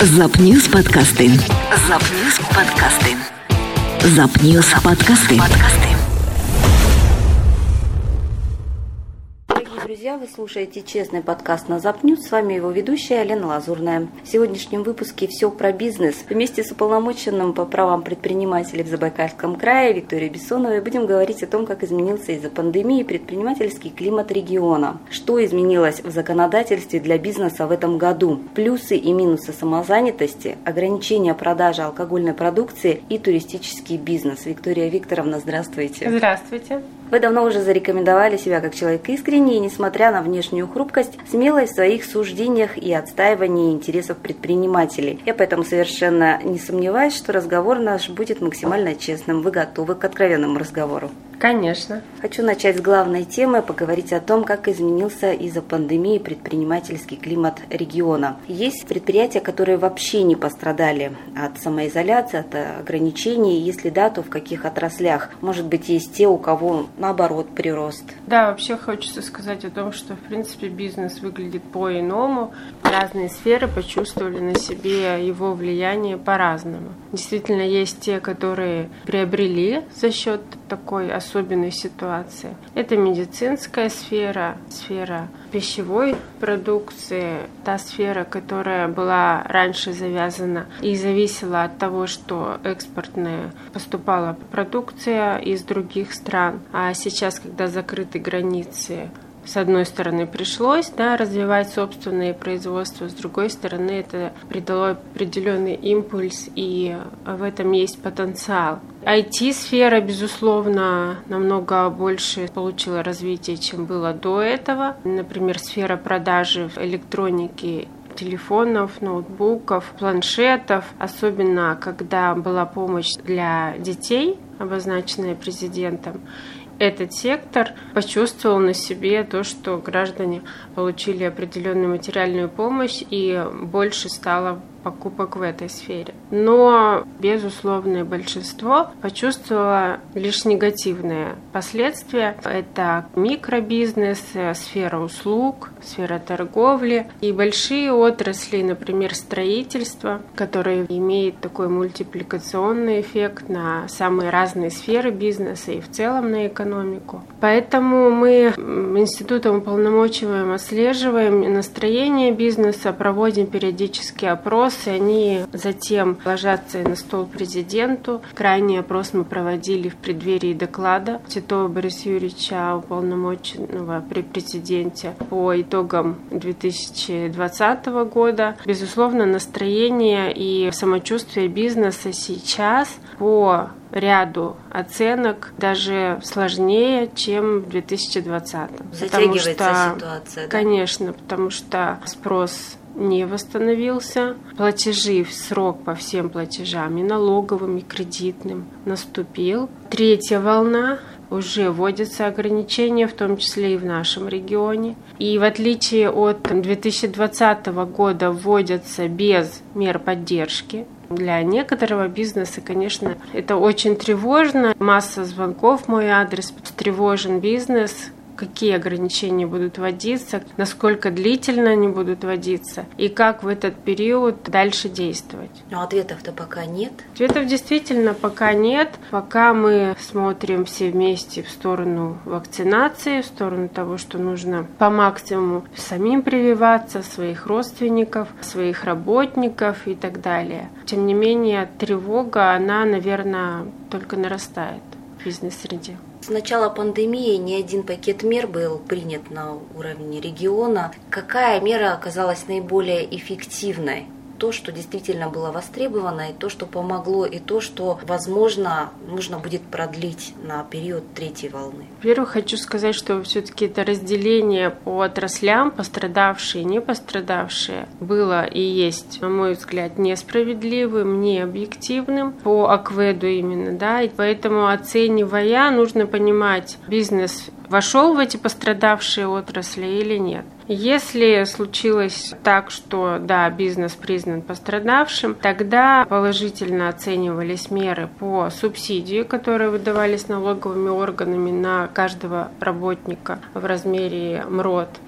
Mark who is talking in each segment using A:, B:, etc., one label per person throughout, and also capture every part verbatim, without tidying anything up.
A: Запньюз подкасти. Запньюз подкасти. Запньюз подкасти. Подкасти.
B: Друзья, вы слушаете честный подкаст на Запньюз. С вами его ведущая Лена Лазурная. В сегодняшнем выпуске все про бизнес. Вместе с уполномоченным по правам предпринимателей в Забайкальском крае Викторией Бессоновой будем говорить о том, как изменился из-за пандемии предпринимательский климат региона. Что изменилось в законодательстве для бизнеса в этом году. Плюсы и минусы самозанятости, ограничения продажи алкогольной продукции и туристический бизнес. Виктория Викторовна, здравствуйте.
C: Здравствуйте.
B: Вы давно уже зарекомендовали себя как человек искренний и, несмотря на внешнюю хрупкость, смелой в своих суждениях и отстаивании интересов предпринимателей. Я поэтому совершенно не сомневаюсь, что разговор наш будет максимально честным. Вы готовы к откровенному разговору?
C: Конечно.
B: Хочу начать с главной темы, поговорить о том, как изменился из-за пандемии предпринимательский климат региона. Есть предприятия, которые вообще не пострадали от самоизоляции, от ограничений. Если да, то в каких отраслях? Может быть, есть те, у кого наоборот прирост?
C: Да, вообще хочется сказать о том, что в принципе бизнес выглядит по-иному. Разные сферы почувствовали на себе его влияние по-разному. Действительно, есть те, которые приобрели за счет такой особенной ситуации. Это медицинская сфера, сфера пищевой продукции, та сфера, которая была раньше завязана и зависела от того, что экспортная поступала продукция из других стран. А сейчас, когда закрыты границы, с одной стороны, пришлось да, развивать собственное производство, с другой стороны, это придало определенный импульс, и в этом есть потенциал. ай ти-сфера, безусловно, намного больше получила развитие, чем было до этого. Например, сфера продажи электроники, телефонов, ноутбуков, планшетов, особенно когда была помощь для детей, обозначенная президентом. Этот сектор почувствовал на себе то, что граждане получили определенную материальную помощь и больше стало покупок в этой сфере. Но безусловное большинство почувствовало лишь негативные последствия. Это микробизнес, сфера услуг, сфера торговли и большие отрасли, например, строительство, которое имеет такой мультипликационный эффект на самые разные сферы бизнеса и в целом на экономику. Поэтому мы институтом уполномочиваем, отслеживаем настроение бизнеса, проводим периодические опросы. Они затем ложатся на стол президенту. Крайний опрос мы проводили в преддверии доклада Титова Бориса Юрьевича, уполномоченного при президенте, по итогам две тысячи двадцатого года. Безусловно, настроение и самочувствие бизнеса сейчас по ряду оценок даже сложнее, чем в две тысячи двадцатом.
B: Затягивается что, ситуация, да?
C: Конечно, потому что спрос не восстановился. Платежи в срок по всем платежам, и налоговым, и кредитным, наступил. Третья волна. Уже вводятся ограничения, в том числе и в нашем регионе. И в отличие от две тысячи двадцатого года вводятся без мер поддержки. Для некоторого бизнеса, конечно, это очень тревожно. Масса звонков в мой адрес. Тревожен бизнес. Какие ограничения будут вводиться, насколько длительно они будут вводиться и как в этот период дальше действовать.
B: Но ответов-то пока нет.
C: Ответов действительно пока нет. Пока мы смотрим все вместе в сторону вакцинации, в сторону того, что нужно по максимуму самим прививаться, своих родственников, своих работников и так далее. Тем не менее, тревога, она, наверное, только нарастает в бизнес-среде.
B: С начала пандемии ни один пакет мер был принят на уровне региона. Какая мера оказалась наиболее эффективной? То, что действительно было востребовано, и то, что помогло, и то, что, возможно, нужно будет продлить на период третьей волны.
C: Во-первых, хочу сказать, что все-таки это разделение по отраслям, пострадавшие и не пострадавшие, было и есть, на мой взгляд, несправедливым, необъективным, по АКВЭДу именно, да, и поэтому, оценивая, нужно понимать, бизнес вошел в эти пострадавшие отрасли или нет. Если случилось так, что да, бизнес признан пострадавшим, тогда положительно оценивались меры по субсидии, которые выдавались налоговыми органами на каждого работника в размере МРОТ.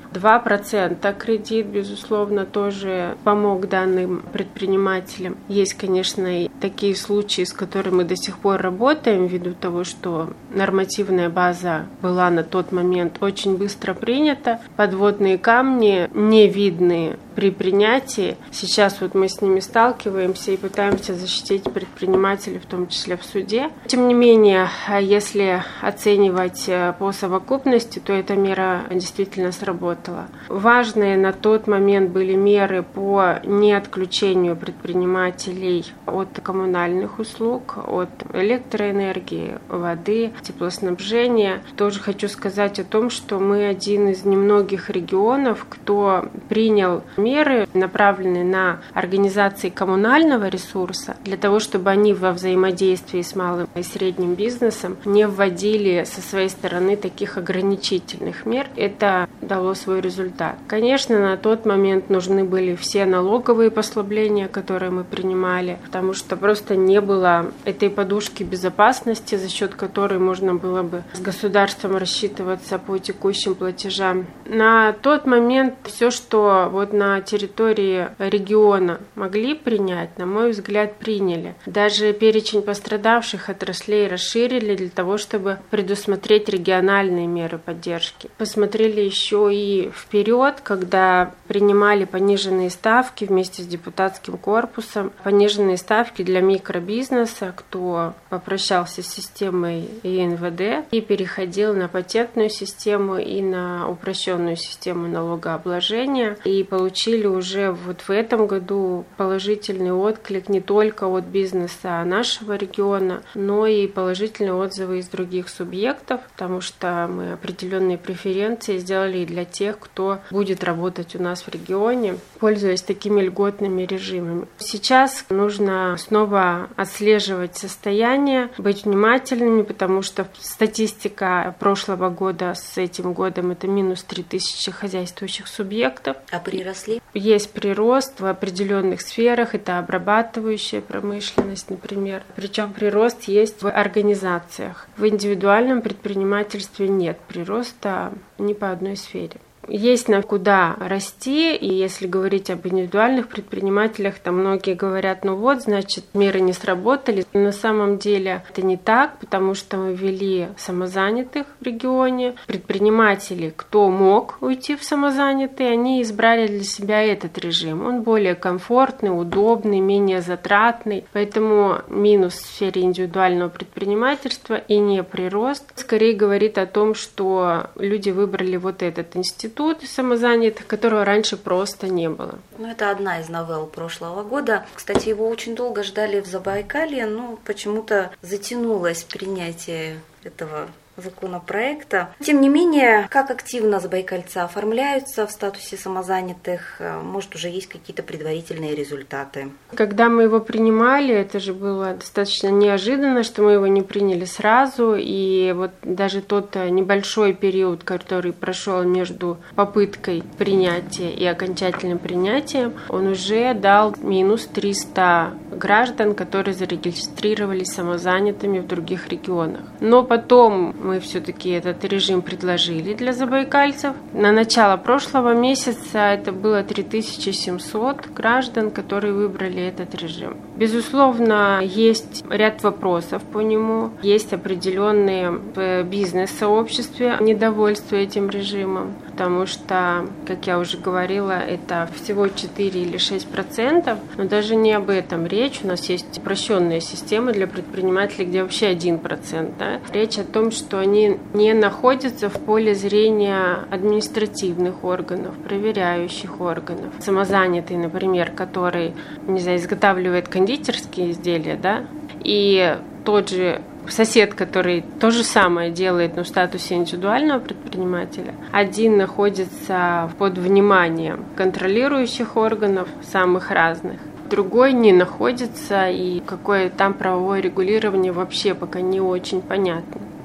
C: два процента кредит, безусловно, тоже помог данным предпринимателям. Есть, конечно, и такие случаи, с которыми мы до сих пор работаем, ввиду того, что нормативная база была на тот момент очень быстро принята. Подводные камни не видны при принятии. Сейчас вот мы с ними сталкиваемся и пытаемся защитить предпринимателей, в том числе в суде. Тем не менее, если оценивать по совокупности, то эта мера действительно сработала. Важные на тот момент были меры по неотключению предпринимателей от коммунальных услуг, от электроэнергии, воды, теплоснабжения. Тоже хочу сказать о том, что мы один из немногих регионов, кто принял меры, направленные на организации коммунального ресурса, для того, чтобы они во взаимодействии с малым и средним бизнесом не вводили со своей стороны таких ограничительных мер. Это дало свой результат. Конечно, на тот момент нужны были все налоговые послабления, которые мы принимали, потому что просто не было этой подушки безопасности, за счет которой можно было бы с государством рассчитываться по текущим платежам. На тот момент все, что вот на территории региона могли принять, на мой взгляд, приняли. Даже перечень пострадавших отраслей расширили для того, чтобы предусмотреть региональные меры поддержки. Посмотрели еще и вперед, когда принимали пониженные ставки вместе с депутатским корпусом, пониженные ставки для микробизнеса, кто попрощался с системой и эн вэ дэ и переходил на патентную систему и на упрощенную систему налогообложения, и получили уже вот в этом году положительный отклик не только от бизнеса нашего региона, но и положительные отзывы из других субъектов, потому что мы определенные преференции сделали и для тех, кто будет работать у нас в регионе, пользуясь такими льготными режимами. Сейчас нужно снова отслеживать состояние, быть внимательными, потому что статистика прошлого года с этим годом это минус три тысячи хозяйствующих субъектов.
B: А приросли?
C: Есть прирост в определенных сферах, это обрабатывающая промышленность, например. Причем прирост есть в организациях. В индивидуальном предпринимательстве нет прироста ни по одной сфере. Есть на куда расти, и если говорить об индивидуальных предпринимателях, то многие говорят, ну вот, значит, меры не сработали. Но на самом деле это не так, потому что мы ввели самозанятых в регионе. Предприниматели, кто мог уйти в самозанятые, они избрали для себя этот режим. Он более комфортный, удобный, менее затратный. Поэтому минус в сфере индивидуального предпринимательства и не прирост скорее говорит о том, что люди выбрали вот этот институт самозанятых, которого раньше просто не было.
B: Ну, это одна из новелл прошлого года. Кстати, его очень долго ждали в Забайкалье, но почему-то затянулось принятие этого законопроекта. Тем не менее, как активно забайкальцы оформляются в статусе самозанятых, может, уже есть какие-то предварительные результаты?
C: Когда мы его принимали, это же было достаточно неожиданно, что мы его не приняли сразу, и вот даже тот небольшой период, который прошел между попыткой принятия и окончательным принятием, он уже дал минус триста граждан, которые зарегистрировались самозанятыми в других регионах. Но потом мы все-таки этот режим предложили для забайкальцев. На начало прошлого месяца это было три тысячи семьсот граждан, которые выбрали этот режим. Безусловно, есть ряд вопросов по нему, есть определенные в бизнес-сообществе недовольство этим режимом, потому что, как я уже говорила, это всего четыре или шесть процентов, но даже не об этом речь. У нас есть упрощенная система для предпринимателей, где вообще один процент. Да? Речь о том, что они не находятся в поле зрения административных органов, проверяющих органов. Самозанятый, например, который, не знаю, изготавливает кондитерские изделия, да, и тот же сосед, который то же самое делает, но в статусе индивидуального предпринимателя, один находится под вниманием контролирующих органов самых разных, другой не находится, и какое там правовое регулирование вообще пока не очень понятно.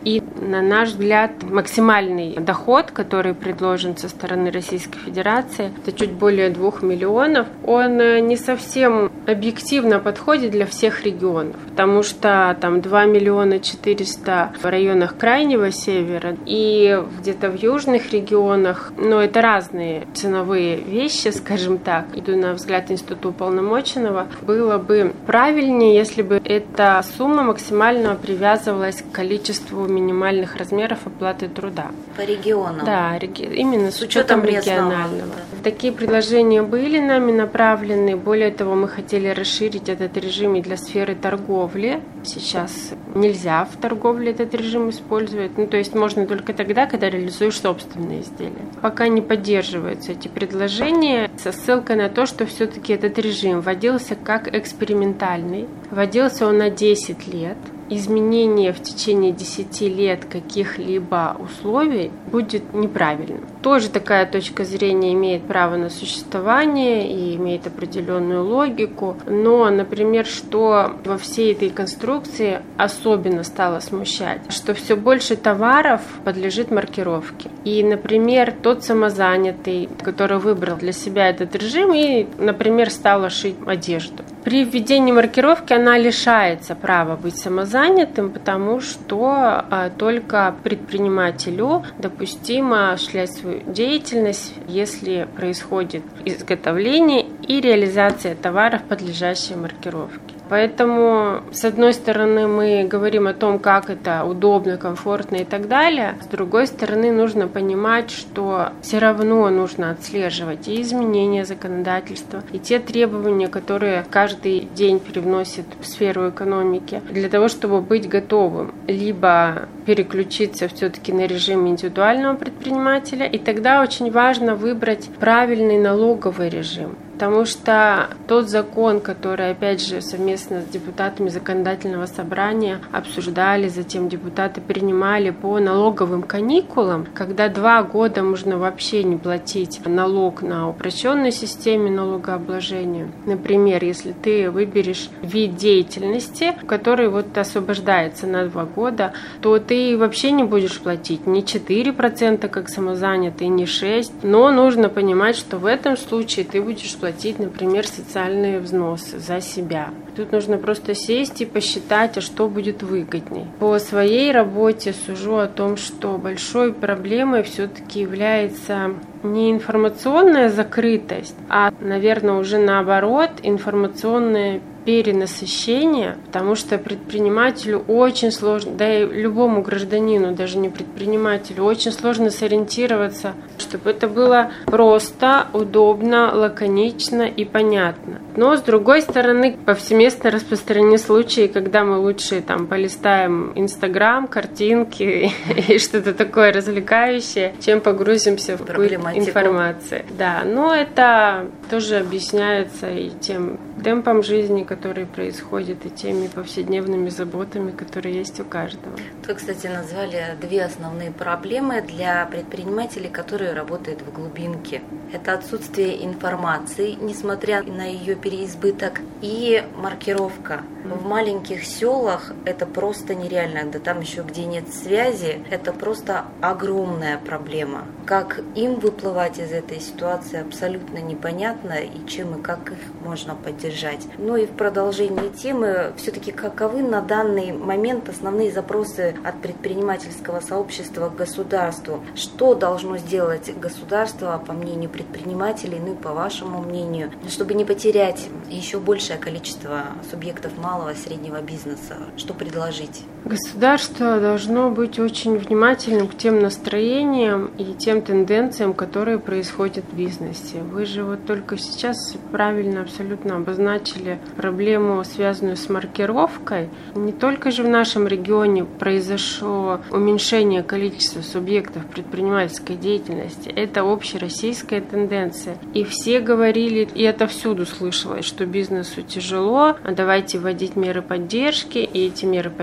C: И, на наш взгляд, максимальный доход, который предложен со стороны Российской Федерации, это чуть более двух миллионов, он не совсем объективно подходит для всех регионов, потому что там два миллиона четыреста в районах Крайнего Севера и где-то в южных регионах, но это разные ценовые вещи, скажем так. Иду на взгляд Института уполномоченного, было бы правильнее, если бы эта сумма максимально привязывалась к количеству минимальных размеров оплаты труда.
B: По регионам?
C: Да, реги... именно с, с учетом, учетом регионального. Да. Такие предложения были нами направлены. Более того, мы хотели расширить этот режим и для сферы торговли. Сейчас нельзя в торговле этот режим использовать. Ну, то есть можно только тогда, когда реализуешь собственные изделия. Пока не поддерживаются эти предложения со ссылкой на то, что все-таки этот режим вводился как экспериментальный. Вводился он на десять лет. Изменение в течение десяти лет каких-либо условий будет неправильным. Тоже такая точка зрения имеет право на существование и имеет определенную логику. Но, например, что во всей этой конструкции особенно стало смущать, что все больше товаров подлежит маркировке. И, например, тот самозанятый, который выбрал для себя этот режим и, например, стал шить одежду. При введении маркировки она лишается права быть самозанятым, потому что а, только предпринимателю допустимо осуществлять свою деятельность, если происходит изготовление и реализация товаров, подлежащих маркировке. Поэтому, с одной стороны, мы говорим о том, как это удобно, комфортно и так далее. С другой стороны, нужно понимать, что все равно нужно отслеживать и изменения законодательства, и те требования, которые каждый день привносят в сферу экономики, для того, чтобы быть готовым либо переключиться все-таки на режим индивидуального предпринимателя, и тогда очень важно выбрать правильный налоговый режим. Потому что тот закон, который, опять же, совместно с депутатами законодательного собрания обсуждали, затем депутаты принимали по налоговым каникулам, когда два года можно вообще не платить налог на упрощенной системе налогообложения. Например, если ты выберешь вид деятельности, который вот освобождается на два года, то ты вообще не будешь платить ни четыре процента как самозанятый, ни шесть процентов, но нужно понимать, что в этом случае ты будешь платить, например, социальные взносы за себя. Тут нужно просто сесть и посчитать, а что будет выгодней. По своей работе сужу о том, что большой проблемой все-таки является не информационная закрытость, а, наверное, уже наоборот, информационная перенасыщение, потому что предпринимателю очень сложно, да и любому гражданину, даже не предпринимателю, очень сложно сориентироваться, чтобы это было просто, удобно, лаконично и понятно. Но, с другой стороны, повсеместно распространены случаи, когда мы лучше там полистаем Инстаграм, картинки и что-то такое развлекающее, чем погрузимся в пыль информации. Да, но это тоже объясняется и тем темпом жизни, который происходит, и теми повседневными заботами, которые есть у каждого.
B: Вы, кстати, назвали две основные проблемы для предпринимателей, которые работают в глубинке. Это отсутствие информации, несмотря на ее переизбыток, и маркировка. В маленьких селах это просто нереально, да там еще где нет связи, это просто огромная проблема. Как им выплывать из этой ситуации абсолютно непонятно, и чем и как их можно поддержать. Ну и в продолжении темы, все-таки каковы на данный момент основные запросы от предпринимательского сообщества к государству? Что должно сделать государство, по мнению предпринимателей, ну и по вашему мнению, чтобы не потерять еще большее количество субъектов малого и среднего бизнеса? Что предложить?
C: Государство должно быть очень внимательным к тем настроениям и тем тенденциям, которые происходят в бизнесе. Вы же вот только сейчас правильно абсолютно обозначили проблему, связанную с маркировкой. Не только же в нашем регионе произошло уменьшение количества субъектов предпринимательской деятельности. Это общероссийская тенденция. И все говорили, и это всюду слышалось, что бизнесу тяжело, а давайте вводить меры поддержки, и эти меры поддержки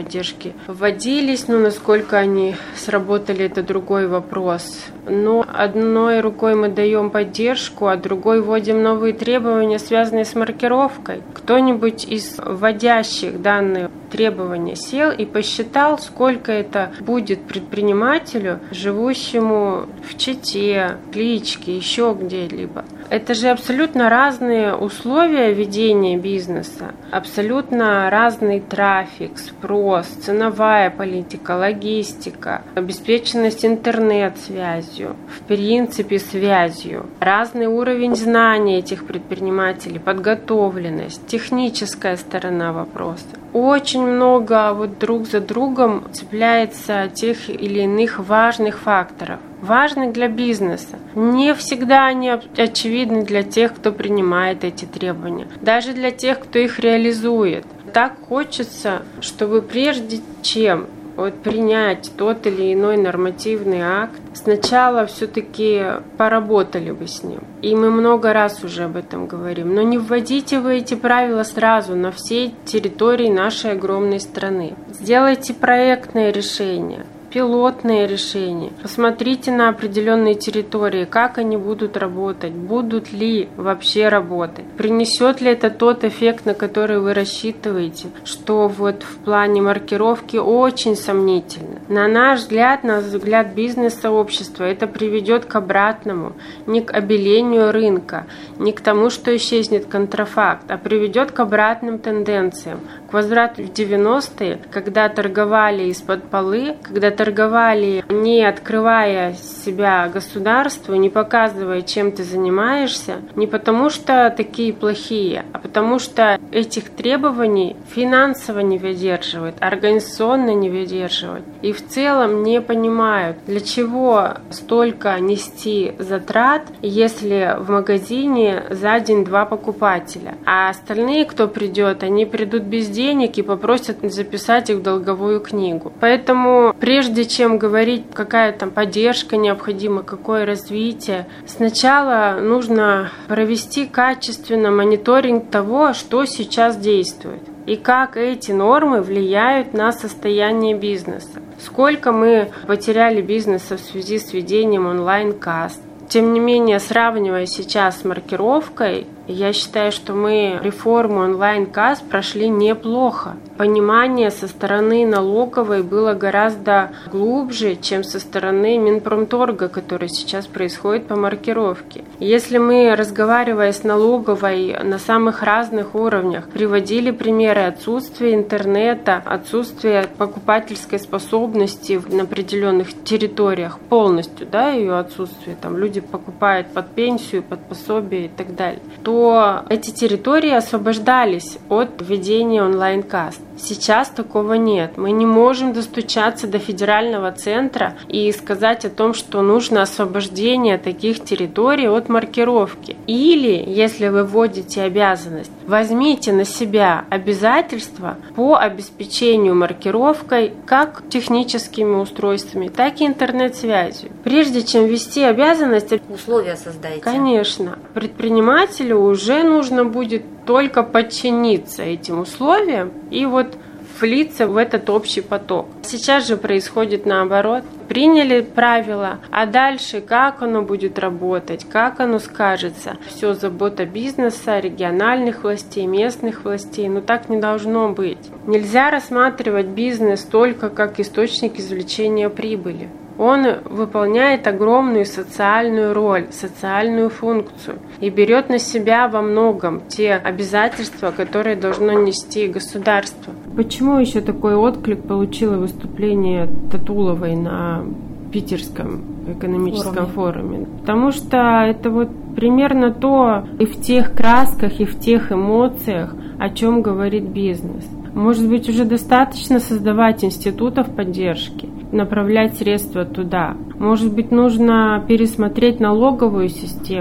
C: налоги вводились, но насколько они сработали, это другой вопрос. Но одной рукой мы даем поддержку, а другой вводим новые требования, связанные с маркировкой. Кто-нибудь из вводящих данные требования сел и посчитал, сколько это будет предпринимателю, живущему в Чите, Кличке, еще где-либо. Это же абсолютно разные условия ведения бизнеса, абсолютно разный трафик, спрос, ценовая политика, логистика, обеспеченность интернет-связью, в принципе связью, разный уровень знаний этих предпринимателей, подготовленность, техническая сторона вопроса. Очень много вот друг за другом цепляется тех или иных важных факторов, важных для бизнеса. Не всегда они очевидны для тех, кто принимает эти требования, даже для тех, кто их реализует. Так хочется, чтобы прежде чем вот принять тот или иной нормативный акт, сначала все-таки поработали бы с ним. И мы много раз уже об этом говорим. Но не вводите вы эти правила сразу на всей территории нашей огромной страны. Сделайте проектное решение, пилотные решения. Посмотрите на определенные территории, как они будут работать, будут ли вообще работать. Принесет ли это тот эффект, на который вы рассчитываете, что вот в плане маркировки очень сомнительно. На наш взгляд, на взгляд бизнес-сообщества, это приведет к обратному, не к обелению рынка, не к тому, что исчезнет контрафакт, а приведет к обратным тенденциям, к возврату в девяностые, когда торговали из-под полы, когда торговали, не открывая себя государству, не показывая, чем ты занимаешься, не потому что такие плохие, а потому что этих требований финансово не выдерживают, организационно не выдерживают. И в целом не понимают, для чего столько нести затрат, если в магазине за день два покупателя. А остальные, кто придет, они придут без денег и попросят записать их в долговую книгу. Поэтому прежде Прежде чем говорить, какая там поддержка необходима, какое развитие, сначала нужно провести качественно мониторинг того, что сейчас действует и как эти нормы влияют на состояние бизнеса. Сколько мы потеряли бизнеса в связи с введением онлайн-касс. Тем не менее, сравнивая сейчас с маркировкой, я считаю, что мы реформу онлайн-касс прошли неплохо. Понимание со стороны налоговой было гораздо глубже, чем со стороны Минпромторга, который сейчас происходит по маркировке. Если мы, разговаривая с налоговой на самых разных уровнях, приводили примеры отсутствия интернета, отсутствия покупательской способности на определенных территориях, полностью, да, ее отсутствие, там люди покупают под пенсию, под пособие и так далее, то эти территории освобождались от введения онлайн-касс. Сейчас такого нет. Мы не можем достучаться до федерального центра и сказать о том, что нужно освобождение таких территорий от маркировки. Или, если вы вводите обязанность, возьмите на себя обязательства по обеспечению маркировкой как техническими устройствами, так и интернет-связью. Прежде чем ввести обязанность,
B: условия создайте.
C: Конечно, предпринимателю уже нужно будет только подчиниться этим условиям и вот влиться в этот общий поток. Сейчас же происходит наоборот. Приняли правила, а дальше как оно будет работать, как оно скажется. Все забота бизнеса, региональных властей, местных властей. Но так не должно быть. Нельзя рассматривать бизнес только как источник извлечения прибыли. Он выполняет огромную социальную роль, социальную функцию и берет на себя во многом те обязательства, которые должно нести государство. Почему еще такой отклик получило выступление Татуловой на Питерском экономическом форуме? форуме? Потому что это вот примерно то и в тех красках, и в тех эмоциях, о чем говорит бизнес. Может быть, уже достаточно создавать институтов поддержки, направлять средства туда. Может быть, нужно пересмотреть налоговую систему.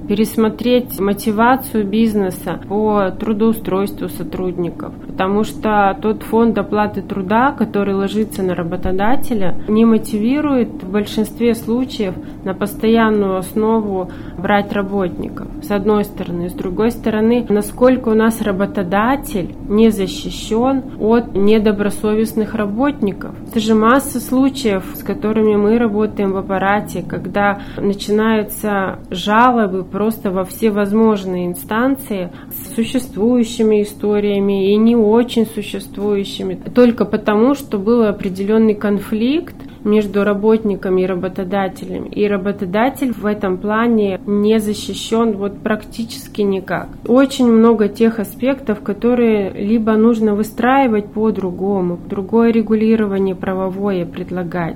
C: пересмотреть мотивацию бизнеса по трудоустройству сотрудников, потому что тот фонд оплаты труда, который ложится на работодателя, не мотивирует в большинстве случаев на постоянную основу брать работников, с одной стороны. С другой стороны, насколько у нас работодатель не защищен от недобросовестных работников. Это же масса случаев, с которыми мы работаем в аппарате, когда начинаются жалобы просто во всевозможные инстанции с существующими историями и не очень существующими, только потому, что был определенный конфликт между работниками и работодателем. И работодатель в этом плане не защищен вот практически никак. Очень много тех аспектов, которые либо нужно выстраивать по-другому, другое регулирование правовое предлагать,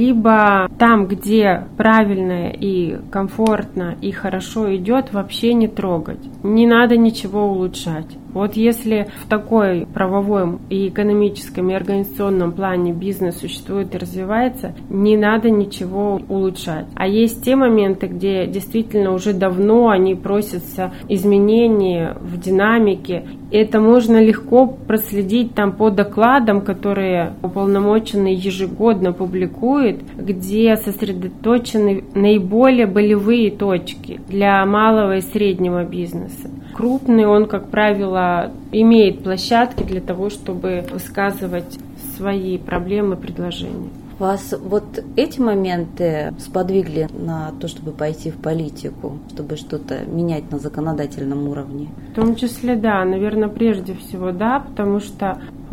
C: либо там, где правильно и комфортно и хорошо идет, вообще не трогать. Не надо ничего улучшать. Вот если в такой правовом и экономическом и организационном плане бизнес существует и развивается, не надо ничего улучшать. А есть те моменты, где действительно уже давно они просятся изменений в динамике. Это можно легко проследить там по докладам, которые уполномоченный ежегодно публикует, где сосредоточены наиболее болевые точки для малого и среднего бизнеса. Крупный он, как правило, имеет площадки для того, чтобы высказывать свои проблемы, предложения.
B: Вас вот эти моменты сподвигли на то, чтобы пойти в политику, чтобы что-то менять на законодательном уровне?
C: В том числе, да, наверное, прежде всего, да, потому что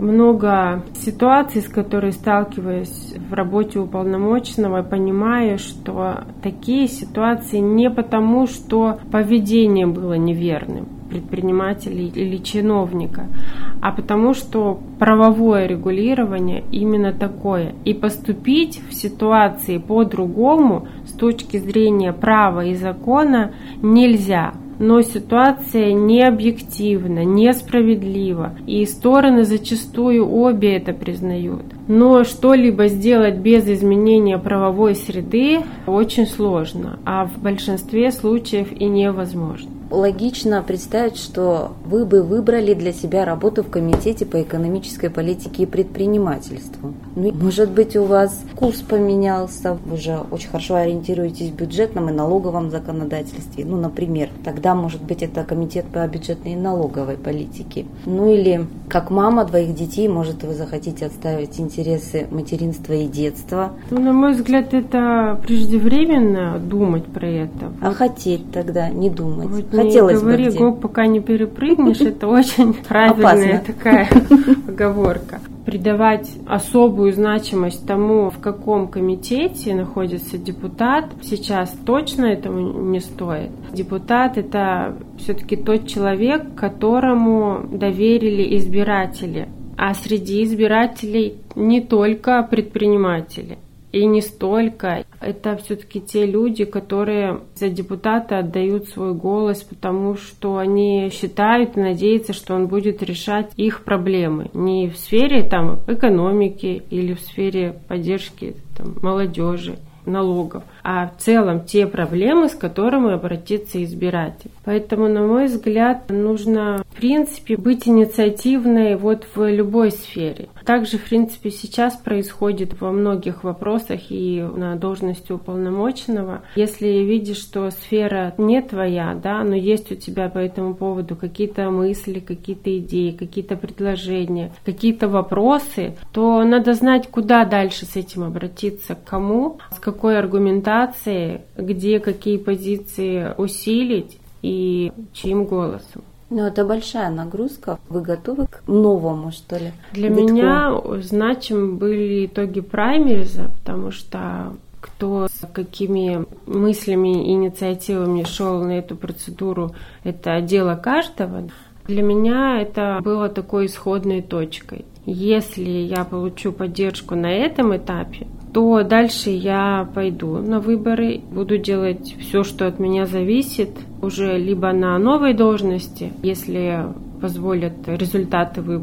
C: много ситуаций, с которыми сталкиваюсь в работе уполномоченного, понимаю, что такие ситуации не потому, что поведение было неверным предпринимателя или чиновника, а потому что правовое регулирование именно такое. И поступить в ситуации по-другому с точки зрения права и закона нельзя. Но ситуация не объективна, несправедлива, и стороны зачастую обе это признают. Но что-либо сделать без изменения правовой среды очень сложно, а в большинстве случаев и невозможно.
B: Логично представить, что вы бы выбрали для себя работу в Комитете по экономической политике и предпринимательству. Ну, может быть, у вас курс поменялся, вы же очень хорошо ориентируетесь в бюджетном и налоговом законодательстве. Ну, например, тогда, может быть, это Комитет по бюджетной и налоговой политике. Ну, или как мама двоих детей, может, вы захотите отстаивать интересы материнства и детства.
C: Ну, на мой взгляд, это преждевременно думать про это.
B: А хотеть тогда не думать.
C: Вот
B: Хотелось
C: не говори,
B: бы
C: гоп, пока не перепрыгнешь, это очень правильная такая поговорка. Придавать особую значимость тому, в каком комитете находится депутат, сейчас точно этому не стоит. Депутат – это все-таки тот человек, которому доверили избиратели. А среди избирателей не только предприниматели. И не столько. Это все-таки те люди, которые за депутата отдают свой голос, потому что они считают и надеются, что он будет решать их проблемы. Не в сфере там, экономики или в сфере поддержки там, молодежи, налогов, а в целом те проблемы, с которыми обратится избиратель. Поэтому, на мой взгляд, нужно, в принципе, быть инициативной вот в любой сфере. Также, в принципе, сейчас происходит во многих вопросах и на должности уполномоченного. Если видишь, что сфера не твоя, да, но есть у тебя по этому поводу какие-то мысли, какие-то идеи, какие-то предложения, какие-то вопросы, то надо знать, куда дальше с этим обратиться, к кому, с какой аргументацией, где какие позиции усилить и чьим голосом.
B: Ну, это большая нагрузка. Вы готовы к новому, что ли?
C: Для
B: витку?
C: меня значимы были итоги праймериза, потому что кто с какими мыслями и инициативами шел на эту процедуру, это дело каждого. Для меня это было такой исходной точкой. Если я получу поддержку на этом этапе, то дальше я пойду на выборы, буду делать все, что от меня зависит, уже либо на новой должности, если позволят результаты выборов,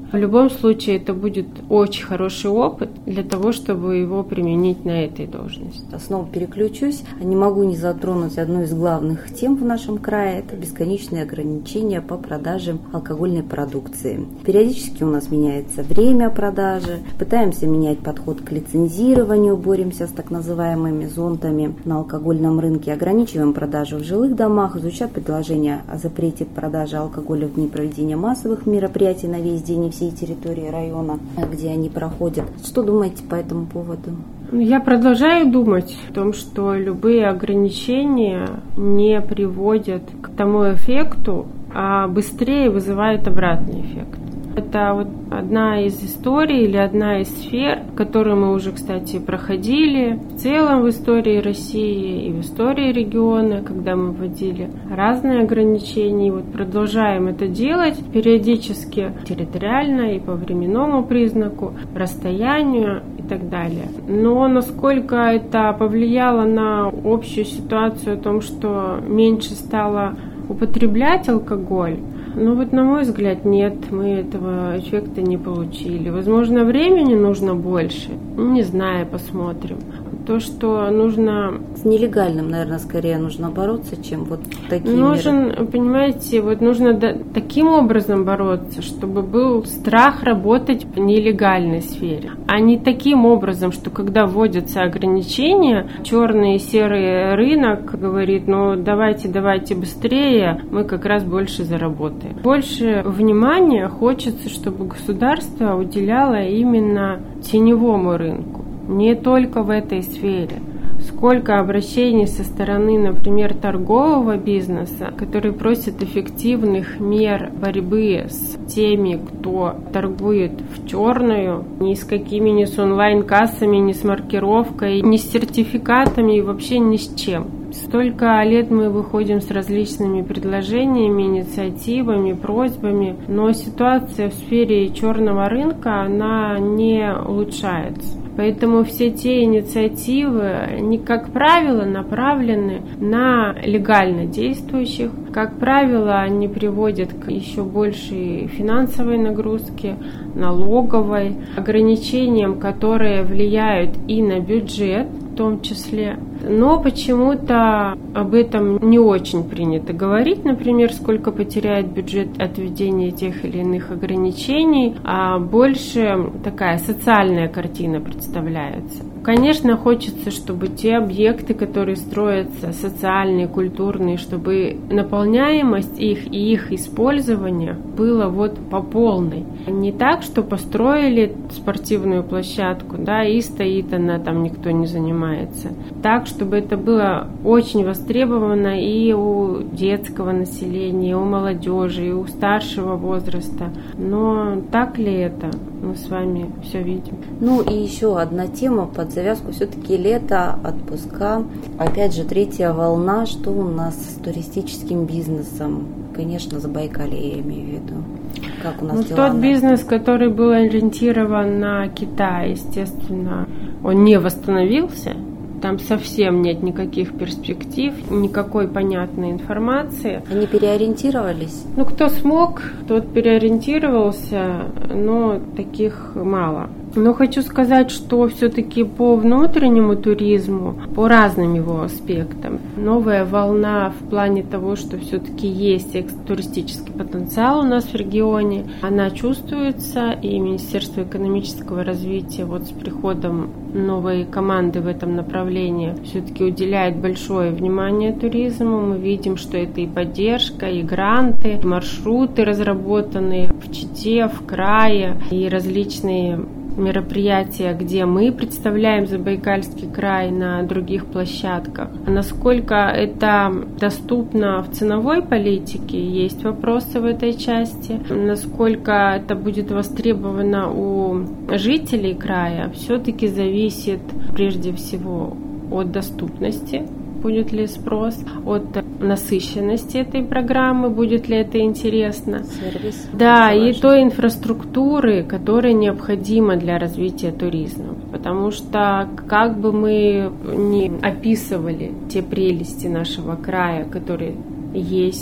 C: В любом случае это будет очень хороший опыт для того, чтобы его применить на этой должности.
B: Снова переключусь. Не могу не затронуть одну из главных тем в нашем крае. Это бесконечные ограничения по продаже алкогольной продукции. Периодически у нас меняется время продажи. Пытаемся менять подход к лицензированию, боремся с так называемыми зонтами на алкогольном рынке, ограничиваем продажу в жилых домах, звучат предложения о запрете продажи алкоголя в дни проведения массовых мероприятий на весь день и всей территории района, где они проходят. Что думаете по этому поводу?
C: Я продолжаю думать о том, что любые ограничения не приводят к тому эффекту, а быстрее вызывают обратный эффект. Это вот одна из историй или одна из сфер, которую мы уже, кстати, проходили в целом в истории России и в истории региона, когда мы вводили разные ограничения. И вот продолжаем это делать периодически территориально и по временному признаку, расстоянию и так далее. Но насколько это повлияло на общую ситуацию о том, что меньше стало употреблять алкоголь, ну вот, на мой взгляд, нет, мы этого эффекта не получили. Возможно, времени нужно больше, не знаю, посмотрим. То, что нужно...
B: С нелегальным, наверное, скорее нужно бороться, чем вот такие
C: Нужен,
B: меры.
C: Понимаете, вот нужно до... таким образом бороться, чтобы был страх работать в нелегальной сфере, а не таким образом, что когда вводятся ограничения, черный и серый рынок говорит, ну давайте, давайте быстрее, мы как раз больше заработаем. Больше внимания хочется, чтобы государство уделяло именно теневому рынку. Не только в этой сфере. Сколько обращений со стороны, например, торгового бизнеса, который просит эффективных мер борьбы с теми, кто торгует в черную, ни с какими, ни с онлайн-кассами, ни с маркировкой, ни с сертификатами и вообще ни с чем. Столько лет мы выходим с различными предложениями, инициативами, просьбами, но ситуация в сфере черного рынка, она не улучшается. Поэтому все те инициативы, они, как правило, направлены на легально действующих. Как правило, они приводят к еще большей финансовой нагрузке, налоговой, ограничениям, которые влияют и на бюджет в том числе. Но почему-то об этом не очень принято говорить, например, сколько потеряет бюджет от введения тех или иных ограничений, а больше такая социальная картина представляется. Конечно, хочется, чтобы те объекты, которые строятся, социальные, культурные, чтобы наполняемость их и их использование было вот по полной. Не так, что построили спортивную площадку, да, и стоит она, там никто не занимается. Так, чтобы это было очень востребовано и у детского населения, и у молодежи, и у старшего возраста. Но так ли это? Мы с вами все видим.
B: Ну и еще одна тема под завязку. Все-таки лето, отпуска. Опять же, третья волна. Что у нас с туристическим бизнесом? Конечно, Забайкалье я имею в виду. Как у нас
C: ну,
B: дела?
C: Тот бизнес, который был ориентирован на Китай, естественно, он не восстановился. Там совсем нет никаких перспектив, никакой понятной информации.
B: Они переориентировались?
C: Ну, кто смог, тот переориентировался, но таких мало. Но хочу сказать, что все-таки по внутреннему туризму, по разным его аспектам, новая волна в плане того, что все-таки есть туристический потенциал у нас в регионе, она чувствуется, и Министерство экономического развития вот с приходом новой команды в этом направлении все-таки уделяет большое внимание туризму. Мы видим, что это и поддержка, и гранты, и маршруты разработанные в Чите, в крае, и различные мероприятия, где мы представляем Забайкальский край на других площадках. Насколько это доступно в ценовой политике, есть вопросы в этой части. Насколько это будет востребовано у жителей края, все-таки зависит прежде всего от доступности, будет ли спрос, от насыщенности этой программы, будет ли это интересно.
B: Сервис.
C: Да, и той инфраструктуры, которая необходима для развития туризма. Потому что как бы мы ни описывали те прелести нашего края, которые есть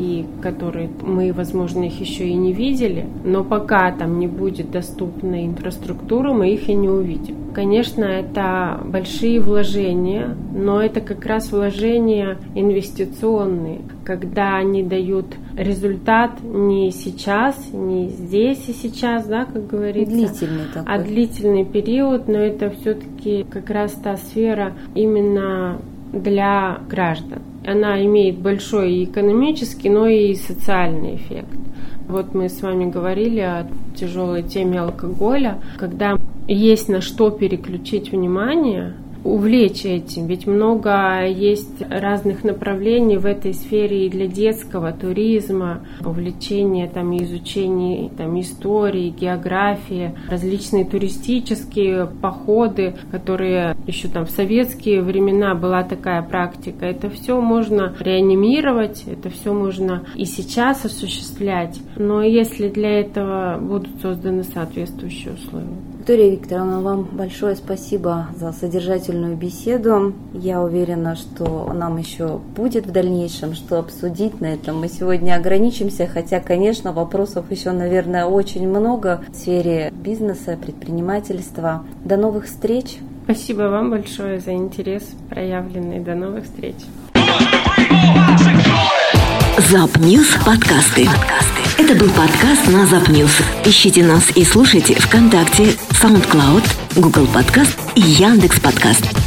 C: и которые мы, возможно, их еще и не видели, но пока там не будет доступной инфраструктуры, мы их и не увидим. Конечно, это большие вложения, но это как раз вложения инвестиционные, когда они дают результат не сейчас, не здесь и сейчас, да, как говорится,
B: длительный такой.
C: А длительный период, но это все-таки как раз та сфера именно для граждан. Она имеет большой и экономический, но и социальный эффект. Вот мы с вами говорили о тяжелой теме алкоголя, когда есть на что переключить внимание, увлечь этим, ведь много есть разных направлений в этой сфере и для детского туризма, увлечения там, и изучения там, истории, географии, различные туристические походы, которые еще там в советские времена была такая практика. Это все можно реанимировать, это все можно и сейчас осуществлять, но если для этого будут созданы соответствующие условия.
B: Виктория Викторовна, вам большое спасибо за содержательную беседу. Я уверена, что нам еще будет в дальнейшем что обсудить. На этом мы сегодня ограничимся, хотя, конечно, вопросов еще, наверное, очень много в сфере бизнеса, предпринимательства. До новых встреч!
C: Спасибо вам большое за интерес проявленный. До новых встреч!
A: Запньюз подкасты. Это был подкаст на Запньюз. Ищите нас и слушайте ВКонтакте, SoundCloud, Google Подкаст и Яндекс Подкаст.